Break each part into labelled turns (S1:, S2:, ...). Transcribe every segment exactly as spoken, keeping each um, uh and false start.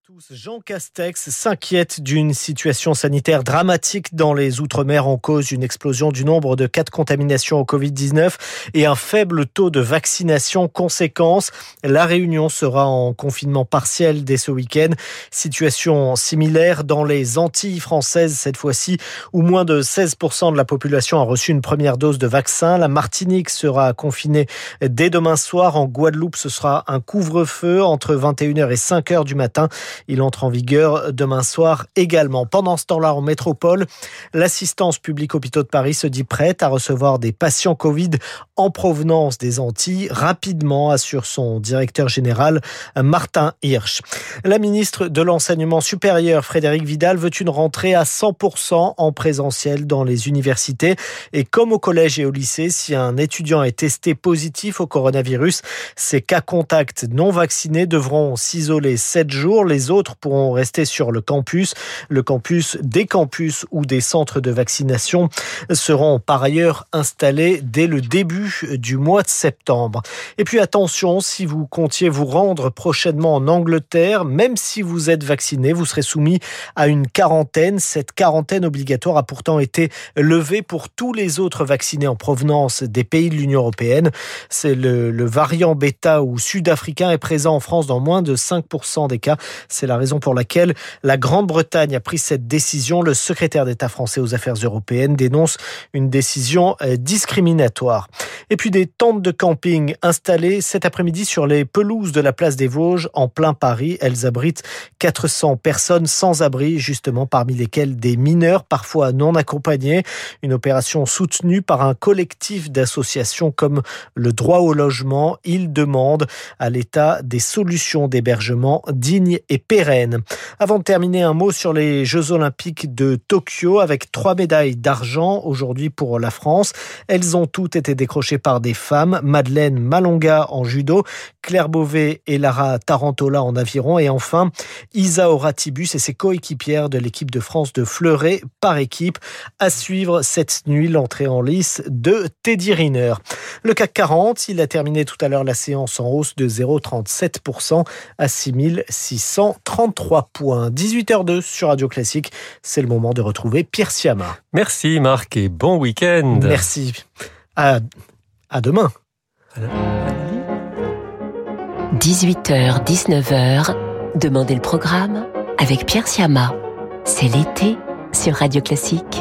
S1: Tous, Jean Castex s'inquiète d'une situation sanitaire dramatique dans les Outre-mer en cause d'une explosion du nombre de cas de contamination au covid dix-neuf et un faible taux de vaccination. Conséquence, la Réunion sera en confinement partiel dès ce week-end. Situation similaire dans les Antilles françaises cette fois-ci, où moins de seize pour cent de la population a reçu une première dose de vaccin. La Martinique sera confinée dès demain soir. En Guadeloupe, ce sera un couvre-feu entre vingt et une heures et cinq heures du matin. Il entre en vigueur demain soir également. Pendant ce temps-là, en métropole, l'assistance publique Hôpitaux de Paris se dit prête à recevoir des patients Covid en provenance des Antilles rapidement, assure son directeur général Martin Hirsch. La ministre de l'Enseignement supérieur, Frédérique Vidal, veut une rentrée à cent pour cent en présentiel dans les universités. Et comme au collège et au lycée, si un étudiant est testé positif au coronavirus, ses cas contacts non vaccinés devront s'isoler sept jours. Les autres pourront rester sur le campus. Le campus, des campus ou des centres de vaccination seront par ailleurs installés dès le début du mois de septembre. Et puis attention, si vous comptiez vous rendre prochainement en Angleterre, même si vous êtes vacciné, vous serez soumis à une quarantaine. Cette quarantaine obligatoire a pourtant été levée pour tous les autres vaccinés en provenance des pays de l'Union européenne. C'est le, le variant bêta ou sud-africain est présent en France dans moins de cinq pour cent des cas. C'est la raison pour laquelle la Grande-Bretagne a pris cette décision. Le secrétaire d'État français aux Affaires européennes dénonce une décision discriminatoire. Et puis des tentes de camping installées cet après-midi sur les pelouses de la place des Vosges en plein Paris. Elles abritent quatre cents personnes sans abri, justement parmi lesquelles des mineurs, parfois non accompagnés. Une opération soutenue par un collectif d'associations comme le droit au logement. Ils demandent à l'État des solutions d'hébergement dignes et pérennes. Avant de terminer, un mot sur les Jeux Olympiques de Tokyo avec trois médailles d'argent aujourd'hui pour la France. Elles ont toutes été décrochées par des femmes. Madeleine Malonga en judo, Claire Beauvais et Lara Tarantola en aviron et enfin Isaora Tibus et ses coéquipières de l'équipe de France de fleuret par équipe. À suivre cette nuit l'entrée en lice de Teddy Riner. Le C A C quarante, il a terminé tout à l'heure la séance en hausse de zéro virgule trente-sept pour cent à six mille six cent trente-trois points. dix-huit heures deux sur Radio Classique. C'est le moment de retrouver Pierre Siama.
S2: Merci Marc et bon week-end.
S1: Merci. À, à demain.
S3: dix-huit heures dix-neuf heures, Demandez le programme avec Pierre Siama. C'est l'été sur Radio Classique.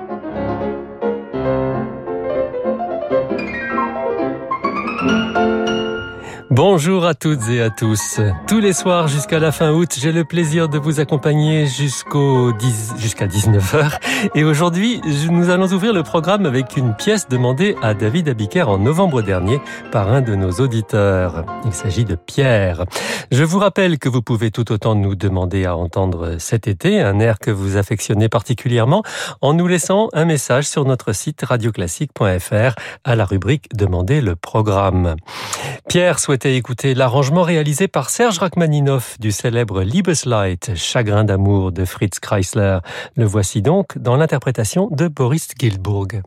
S2: Bonjour à toutes et à tous. Tous les soirs jusqu'à la fin août, j'ai le plaisir de vous accompagner jusqu'au dix, jusqu'à dix-neuf heures. Et aujourd'hui, nous allons ouvrir le programme avec une pièce demandée à David Abiker en novembre dernier par un de nos auditeurs. Il s'agit de Pierre. Je vous rappelle que vous pouvez tout autant nous demander à entendre cet été un air que vous affectionnez particulièrement en nous laissant un message sur notre site radioclassique point f r à la rubrique Demandez le programme. Pierre souhaitait écouter l'arrangement réalisé par Serge Rachmaninoff du célèbre Liebeslied, Chagrin d'amour de Fritz Kreisler. Le voici donc dans l'interprétation de Boris Giltburg.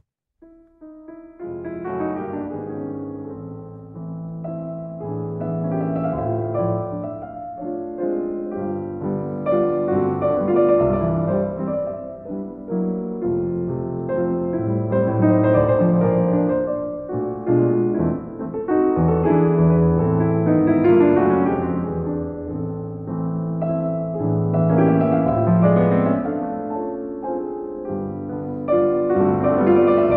S4: Thank you.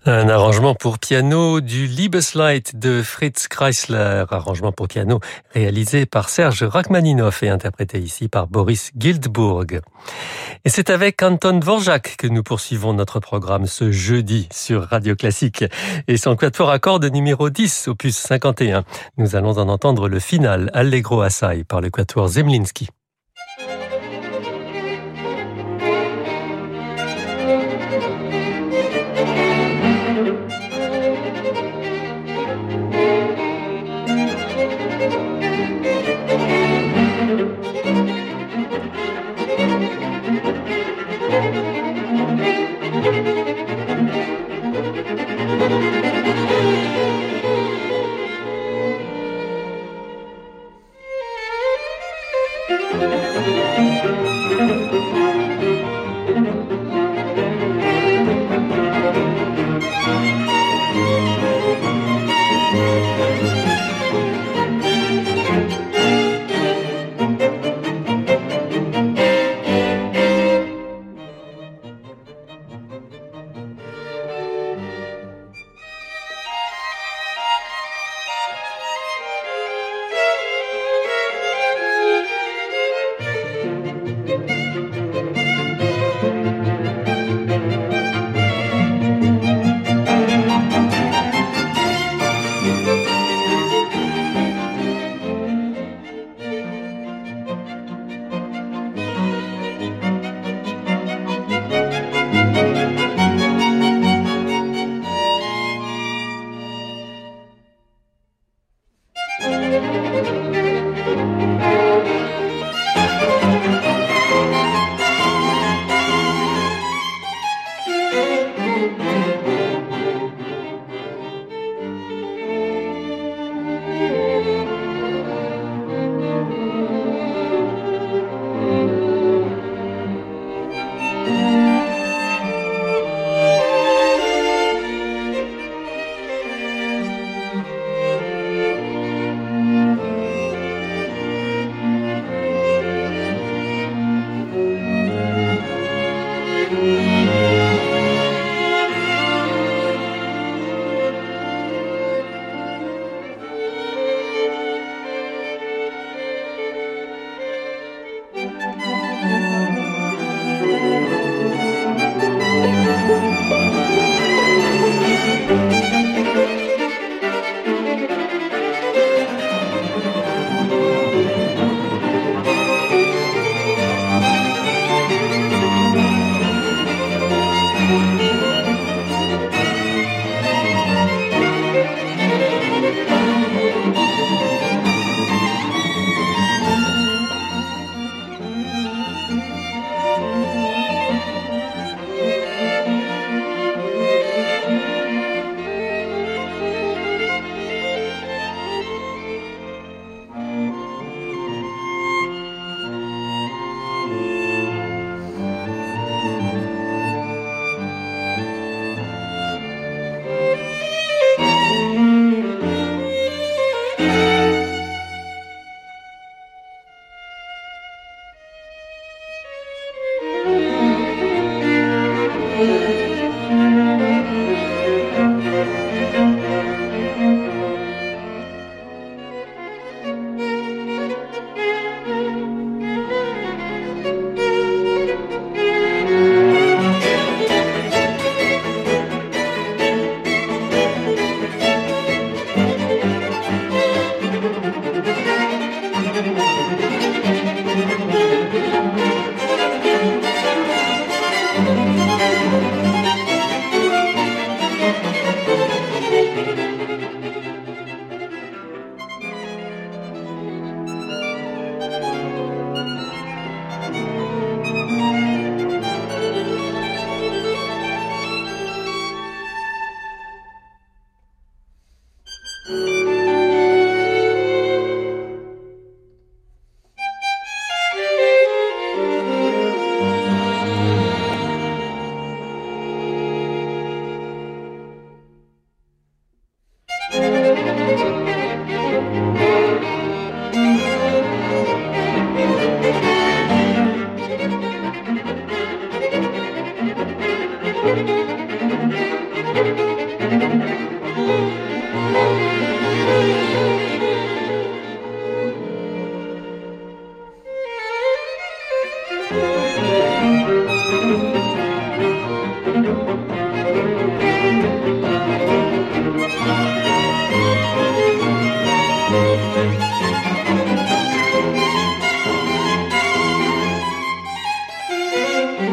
S2: Un arrangement pour piano du Liebeslied de Fritz Kreisler, arrangement pour piano réalisé par Serge Rachmaninoff et interprété ici par Boris Giltburg. Et c'est avec Anton Dvorak que nous poursuivons notre programme ce jeudi sur Radio Classique et son quatuor à cordes numéro dix, opus cinquante et un. Nous allons en entendre le final, Allegro assai, par le quatuor Zemlinsky.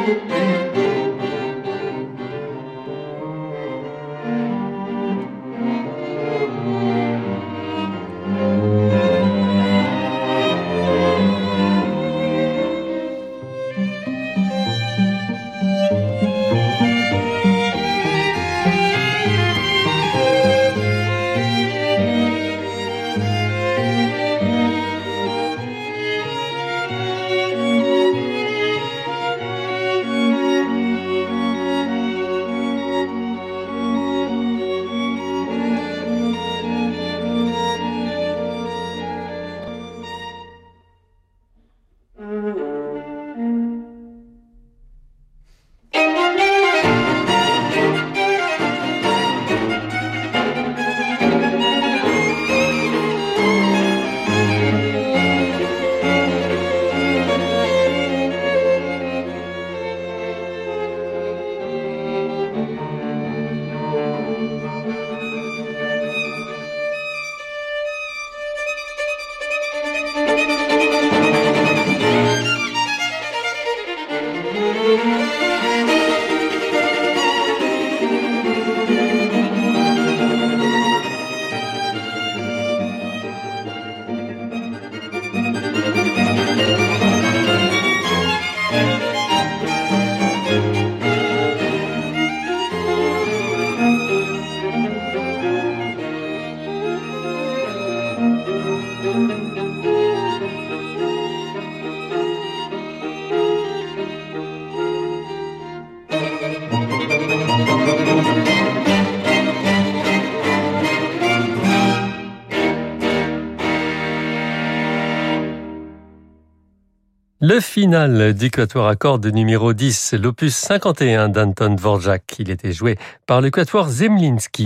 S2: Le final du quatuor à cordes numéro dix, l'opus cinquante et un d'Anton Dvorak. Il était joué par le quatuor Zemlinsky.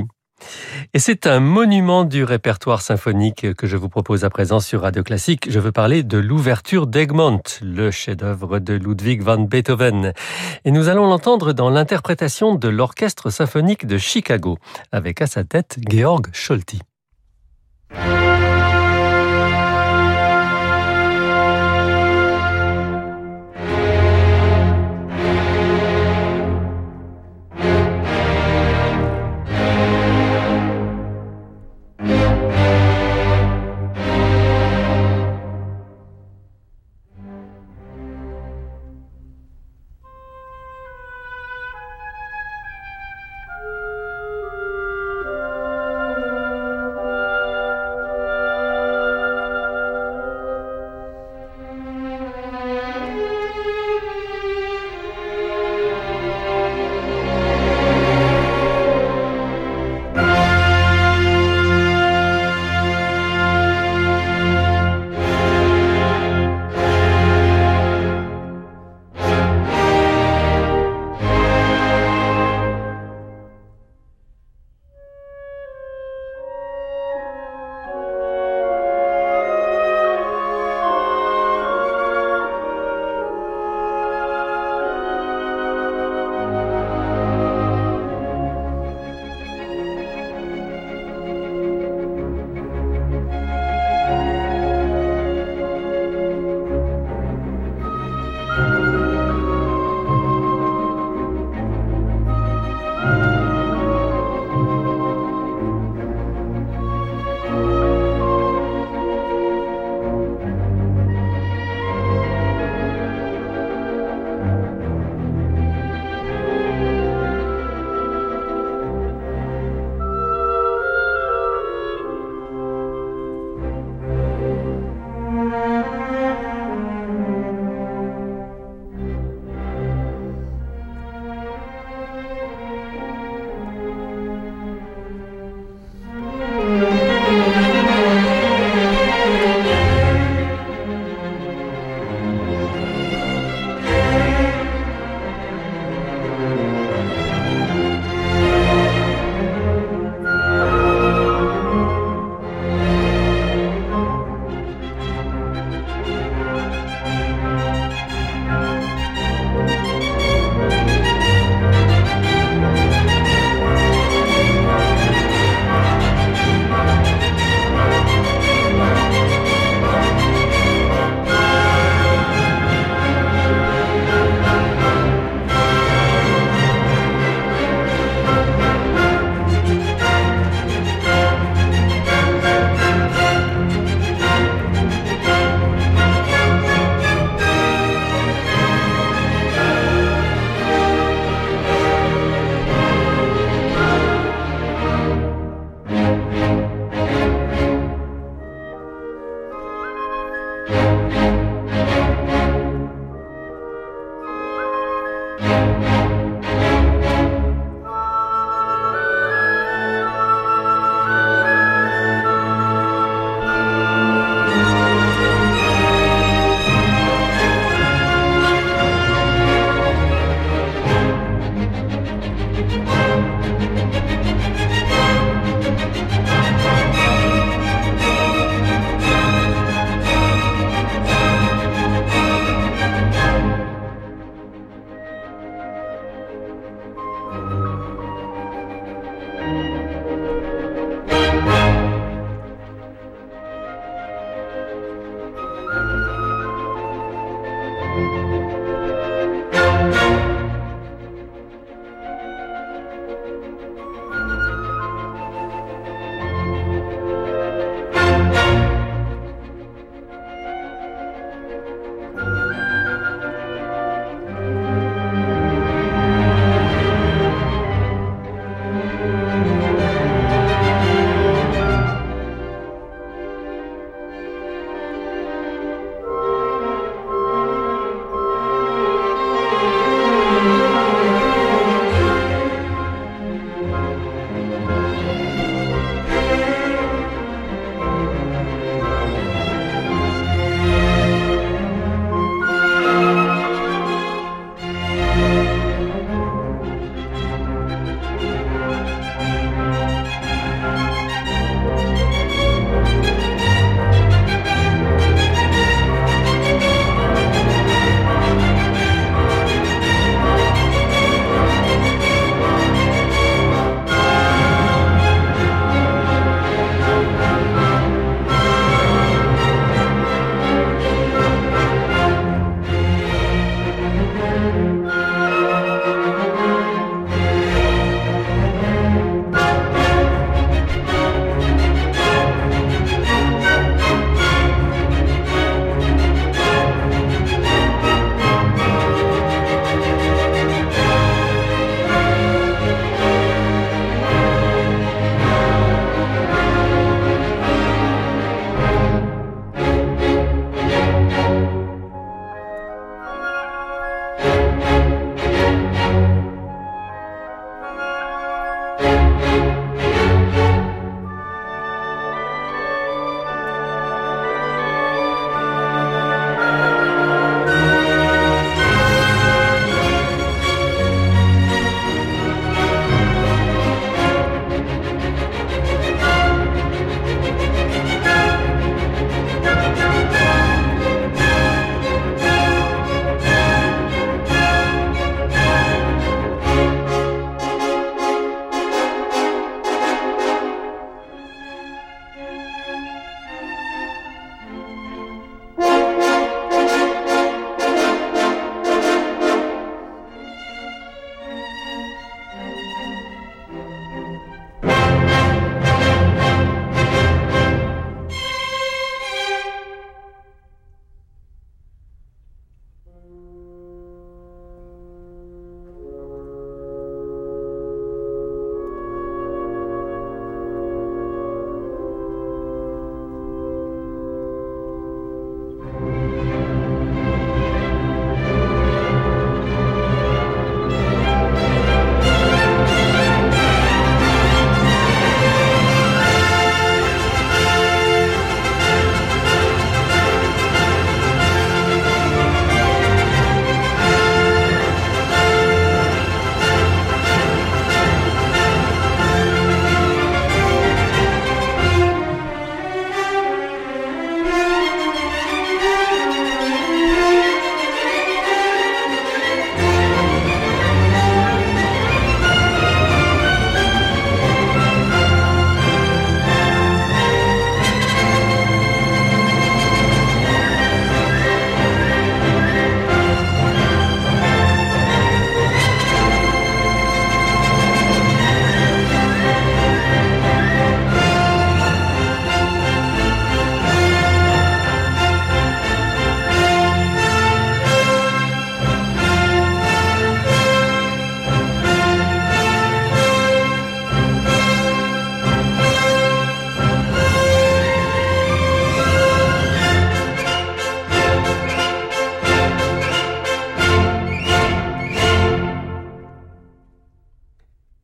S2: Et c'est un monument du répertoire symphonique que je vous propose à présent sur Radio Classique. Je veux parler de l'ouverture d'Egmont, le chef-d'œuvre de Ludwig van Beethoven. Et nous allons l'entendre dans l'interprétation de l'Orchestre symphonique de Chicago, avec à sa tête Georg Scholti.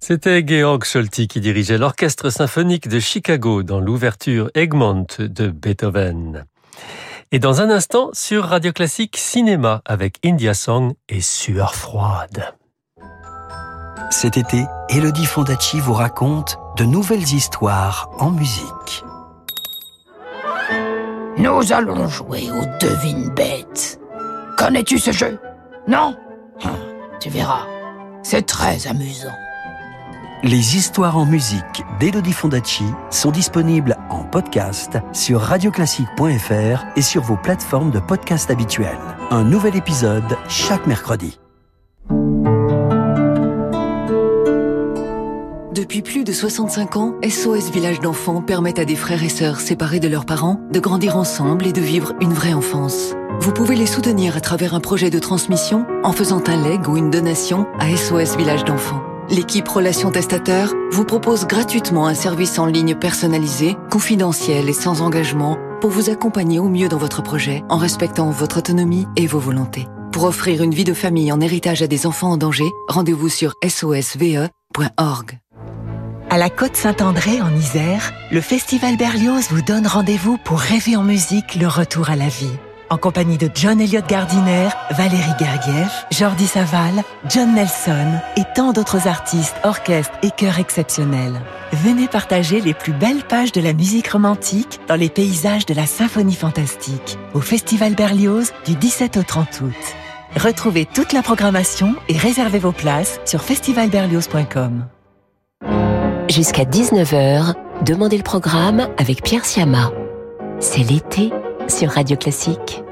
S2: C'était Georg Scholti qui dirigeait l'Orchestre symphonique de Chicago dans l'ouverture Egmont de Beethoven. Et dans un instant, sur Radio Classique Cinéma avec India Song et Sueur froide.
S4: Cet été, Elodie Fondacci vous raconte de nouvelles histoires en musique.
S5: Nous allons jouer au devine-bête. Connais-tu ce jeu? Non? Hum, tu verras, c'est très amusant.
S4: Les histoires en musique d'Elodie Fondacci sont disponibles en podcast sur radioclassique point f r et sur vos plateformes de podcast habituelles. Un nouvel épisode chaque mercredi.
S6: Depuis plus de soixante-cinq ans, S O S Village d'enfants permet à des frères et sœurs séparés de leurs parents de grandir ensemble et de vivre une vraie enfance. Vous pouvez les soutenir à travers un projet de transmission en faisant un leg ou une donation à S O S Village d'enfants. L'équipe Relations Testateurs vous propose gratuitement un service en ligne personnalisé, confidentiel et sans engagement pour vous accompagner au mieux dans votre projet en respectant votre autonomie et vos volontés. Pour offrir une vie de famille en héritage à des enfants en danger, rendez-vous sur S O S V E point org.
S7: À la Côte-Saint-André, en Isère, le Festival Berlioz vous donne rendez-vous pour rêver en musique le retour à la vie. En compagnie de John Elliott Gardiner, Valérie Gergiev, Jordi Savall, John Nelson et tant d'autres artistes, orchestres et chœurs exceptionnels. Venez partager les plus belles pages de la musique romantique dans les paysages de la symphonie fantastique au Festival Berlioz du dix-sept au trente août. Retrouvez toute la programmation et réservez vos places sur festival berlioz point com.
S3: Jusqu'à dix-neuf heures, Demandez le programme avec Pierre Siama. C'est l'été sur Radio Classique.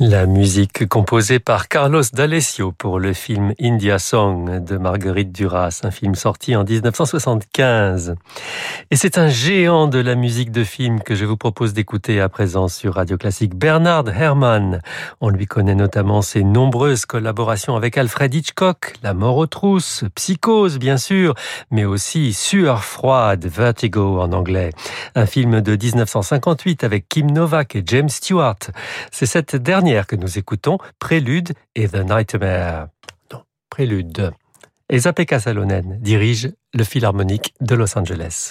S2: La musique composée par Carlos D'Alessio pour le film India Song de Marguerite Duras, un film sorti en dix-neuf cent soixante-quinze. Et c'est un géant de la musique de film que je vous propose d'écouter à présent sur Radio Classique, Bernard Herrmann. On lui connaît notamment ses nombreuses collaborations avec Alfred Hitchcock, La mort aux trousses, Psychose bien sûr, mais aussi Sueur froide, Vertigo en anglais. Un film de dix-neuf cent cinquante-huit avec Kim Novak et James Stewart. C'est cette dernière que nous écoutons, Prélude et The Nightmare. Non, Prélude. Esa-Pekka Salonen dirige le Philharmonique de Los Angeles.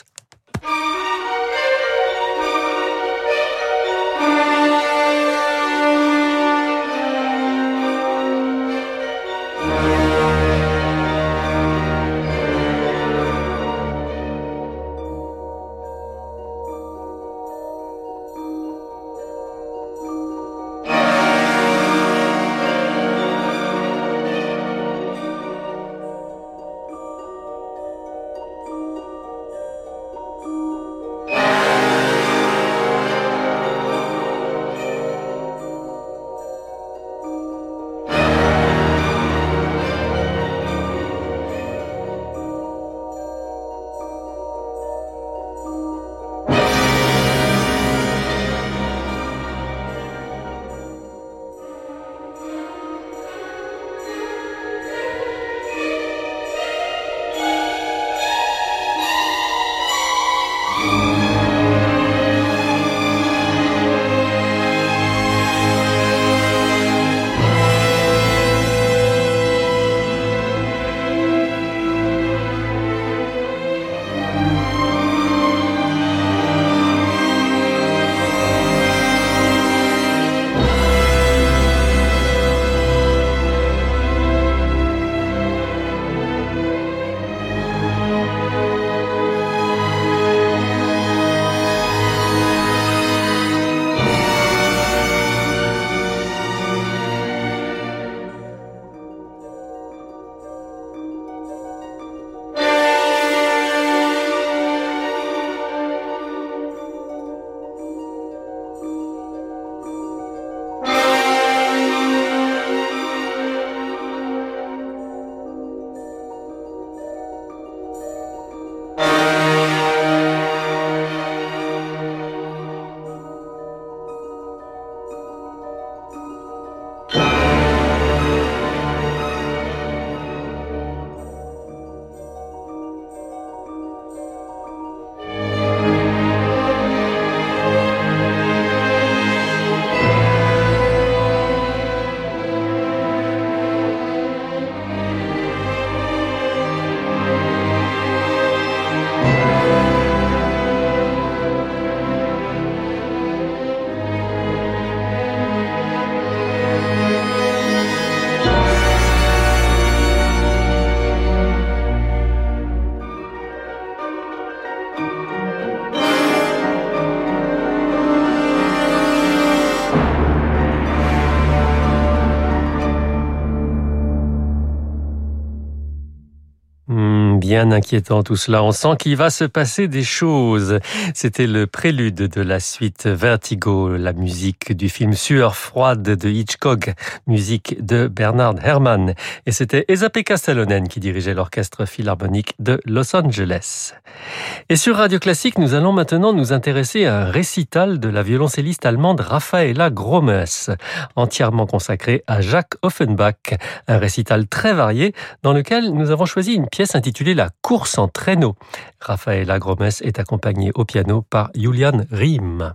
S2: Bien inquiétant tout cela, on sent qu'il va se passer des choses. C'était le prélude de la suite Vertigo, la musique du film Sueur froide de Hitchcock, musique de Bernard Herrmann. Et c'était Esa-Pekka Salonen qui dirigeait l'orchestre philharmonique de Los Angeles. Et sur Radio Classique, nous allons maintenant nous intéresser à un récital de la violoncelliste allemande Raffaella Gromes, entièrement consacré à Jacques Offenbach. Un récital très varié dans lequel nous avons choisi une pièce intitulée La course en traîneau. Raffaella Gromes est accompagnée au piano par Julian Riem.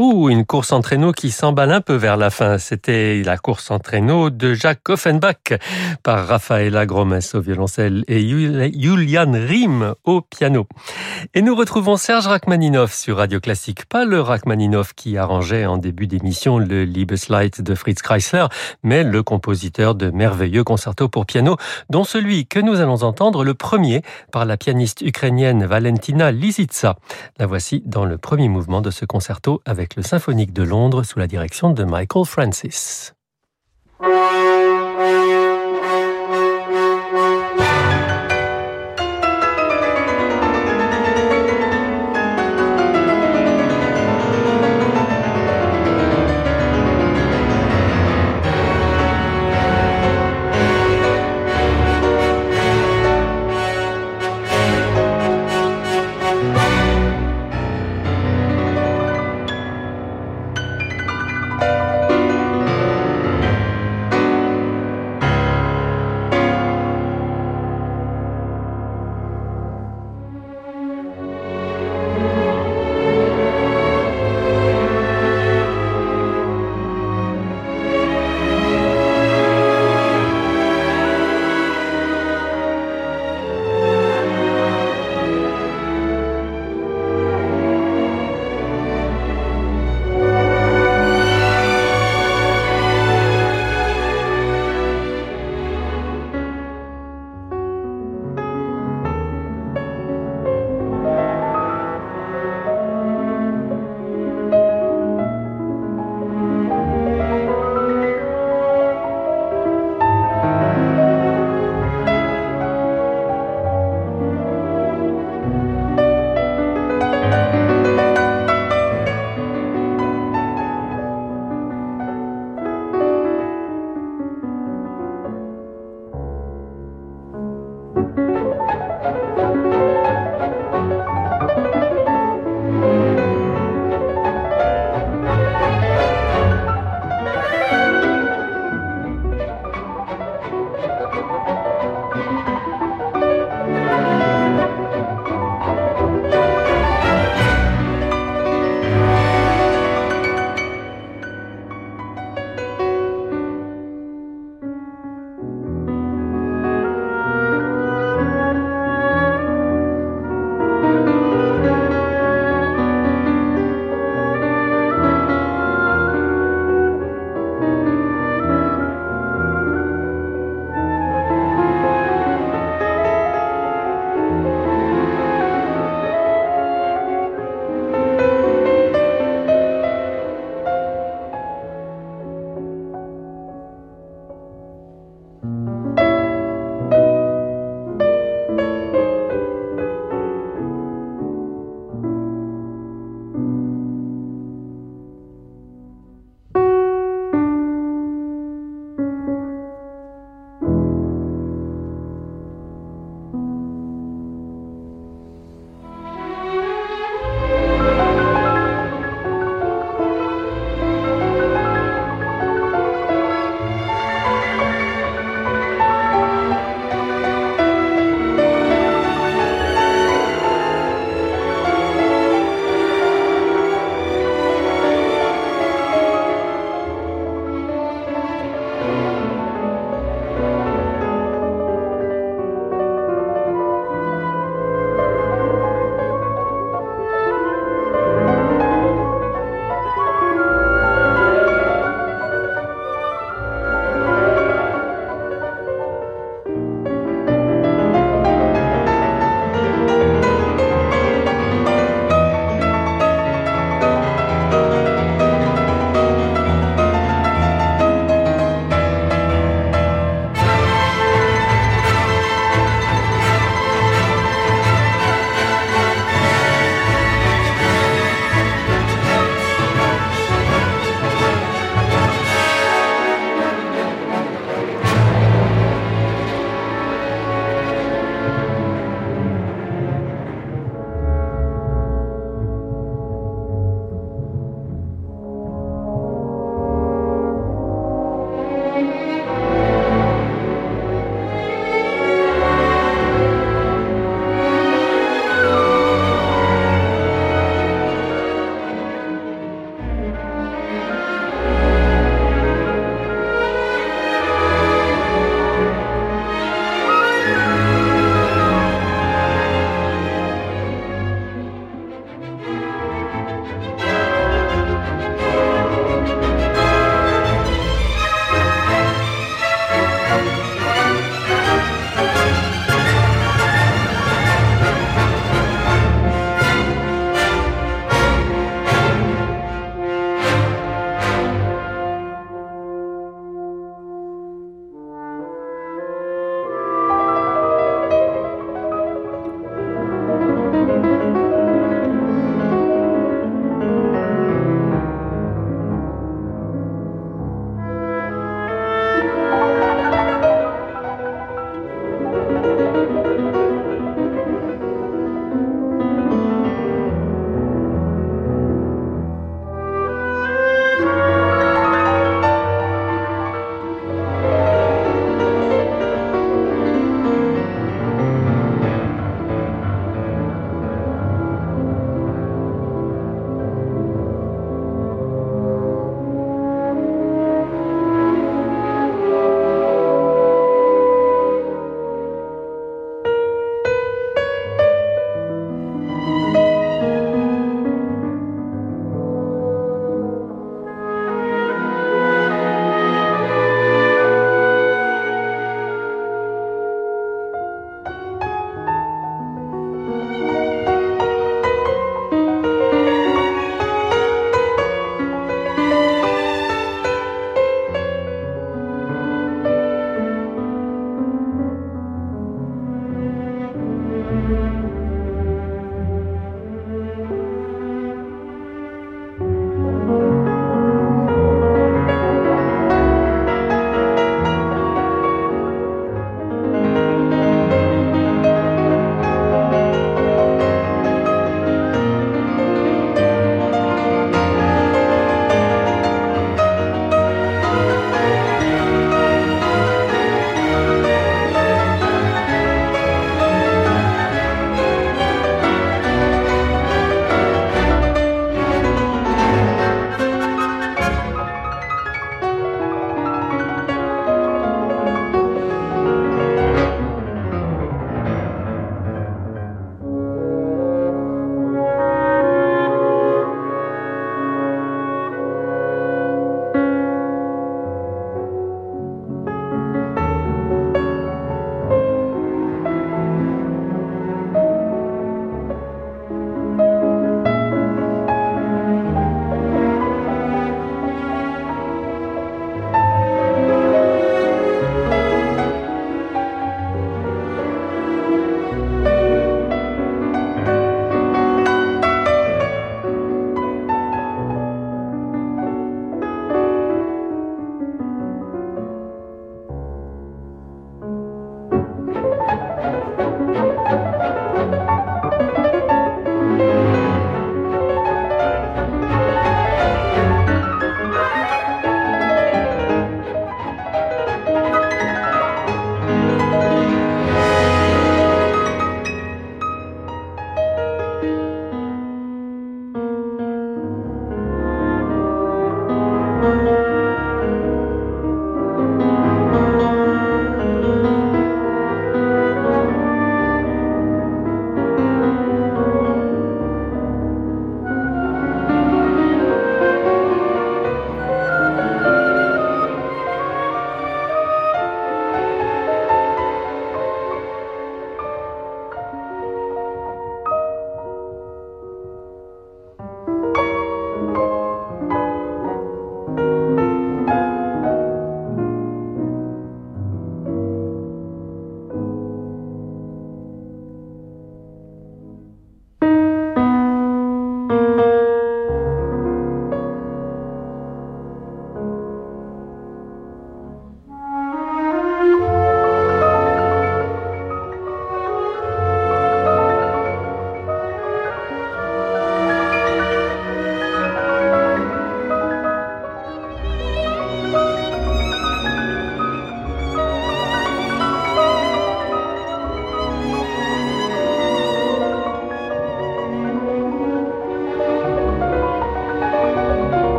S2: Ouh, une course en traîneau qui s'emballe un peu vers la fin. C'était la course en traîneau de Jacques Offenbach par Rafaela Gromes au violoncelle et Julian Riem au piano. Et nous retrouvons Serge Rachmaninoff sur Radio Classique. Pas le Rachmaninoff qui arrangeait en début d'émission le Liebeslied de Fritz Kreisler, mais le compositeur de merveilleux concertos pour piano, dont celui que nous allons entendre, le premier, par la pianiste ukrainienne Valentina Lisitsa. La voici dans le premier mouvement de ce concerto avec le Symphonique de Londres sous la direction de Michael Francis.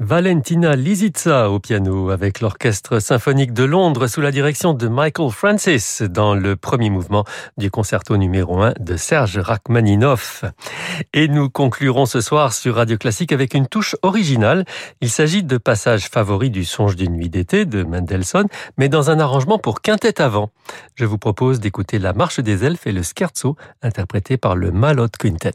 S2: Valentina Lisitsa au piano avec l'Orchestre symphonique de Londres sous la direction de Michael Francis dans le premier mouvement du concerto numéro un de Serge Rachmaninoff. Et nous conclurons ce soir sur Radio Classique avec une touche originale. Il s'agit de passages favoris du Songe d'une nuit d'été de Mendelssohn, mais dans un arrangement pour quintette à vent. Je vous propose d'écouter la Marche des Elfes et le Scherzo interprété par le Malotte Quintet.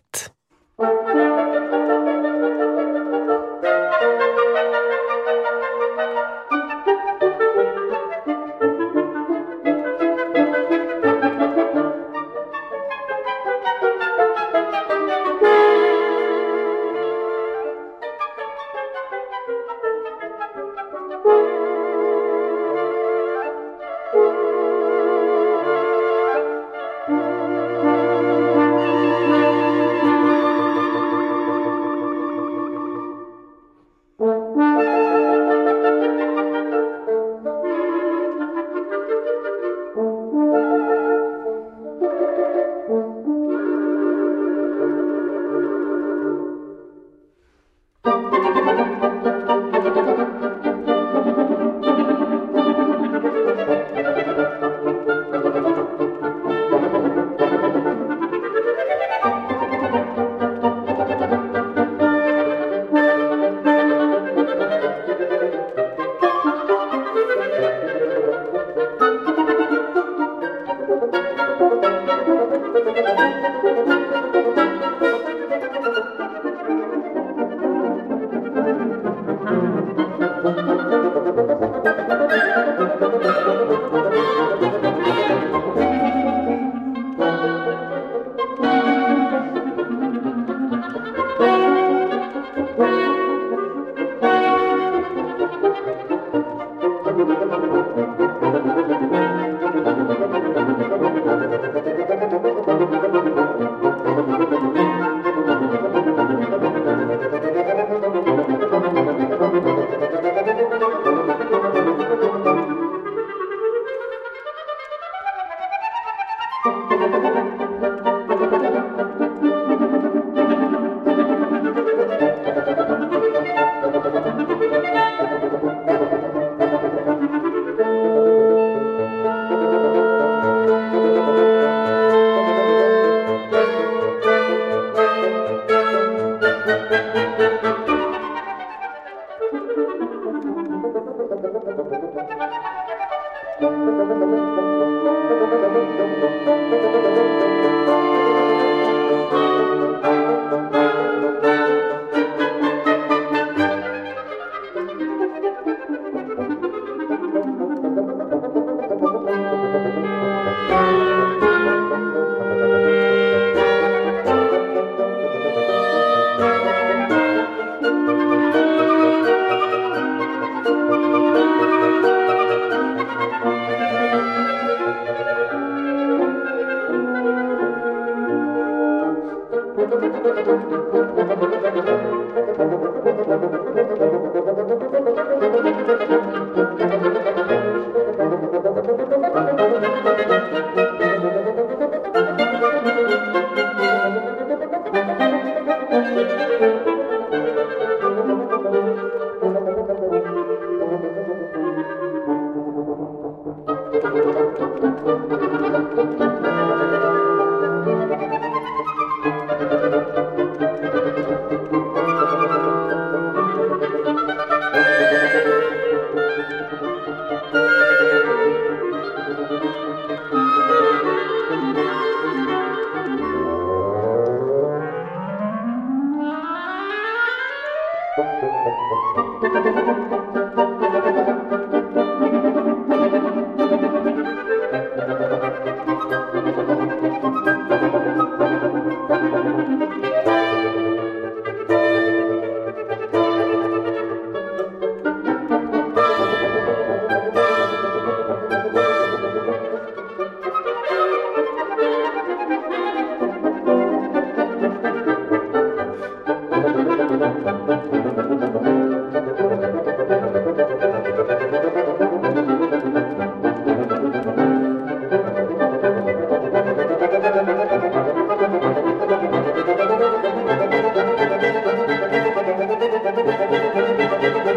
S8: Thank you.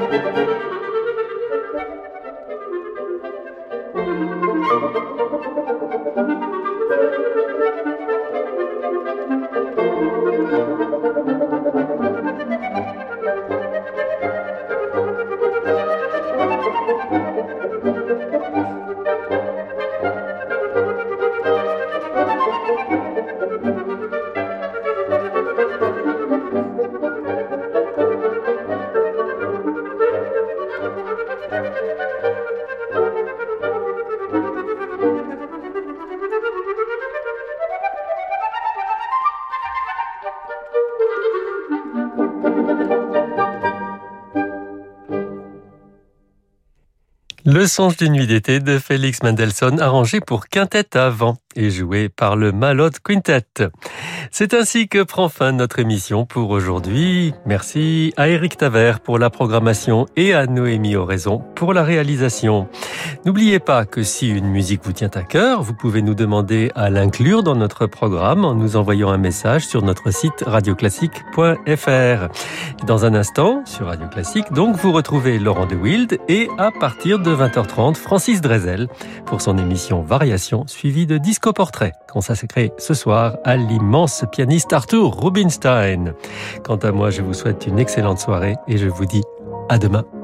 S2: Le songe d'une nuit d'été de Félix Mendelssohn, arrangé pour quintette à vent et joué par le Malotte Quintet. C'est ainsi que prend fin notre émission pour aujourd'hui. Merci à Éric Tavert pour la programmation et à Noémie Oraison pour la réalisation. N'oubliez pas que si une musique vous tient à cœur, vous pouvez nous demander à l'inclure dans notre programme en nous envoyant un message sur notre site radio classique point f r. Dans un instant, sur Radio Classique, donc, vous retrouvez Laurent de Wild et à partir de vingt heures trente, Francis Drezel pour son émission Variations suivie de Disco Portrait, consacré ce soir à l'immense pianiste Arthur Rubinstein. Quant à moi, je vous souhaite une excellente soirée et je vous dis à demain.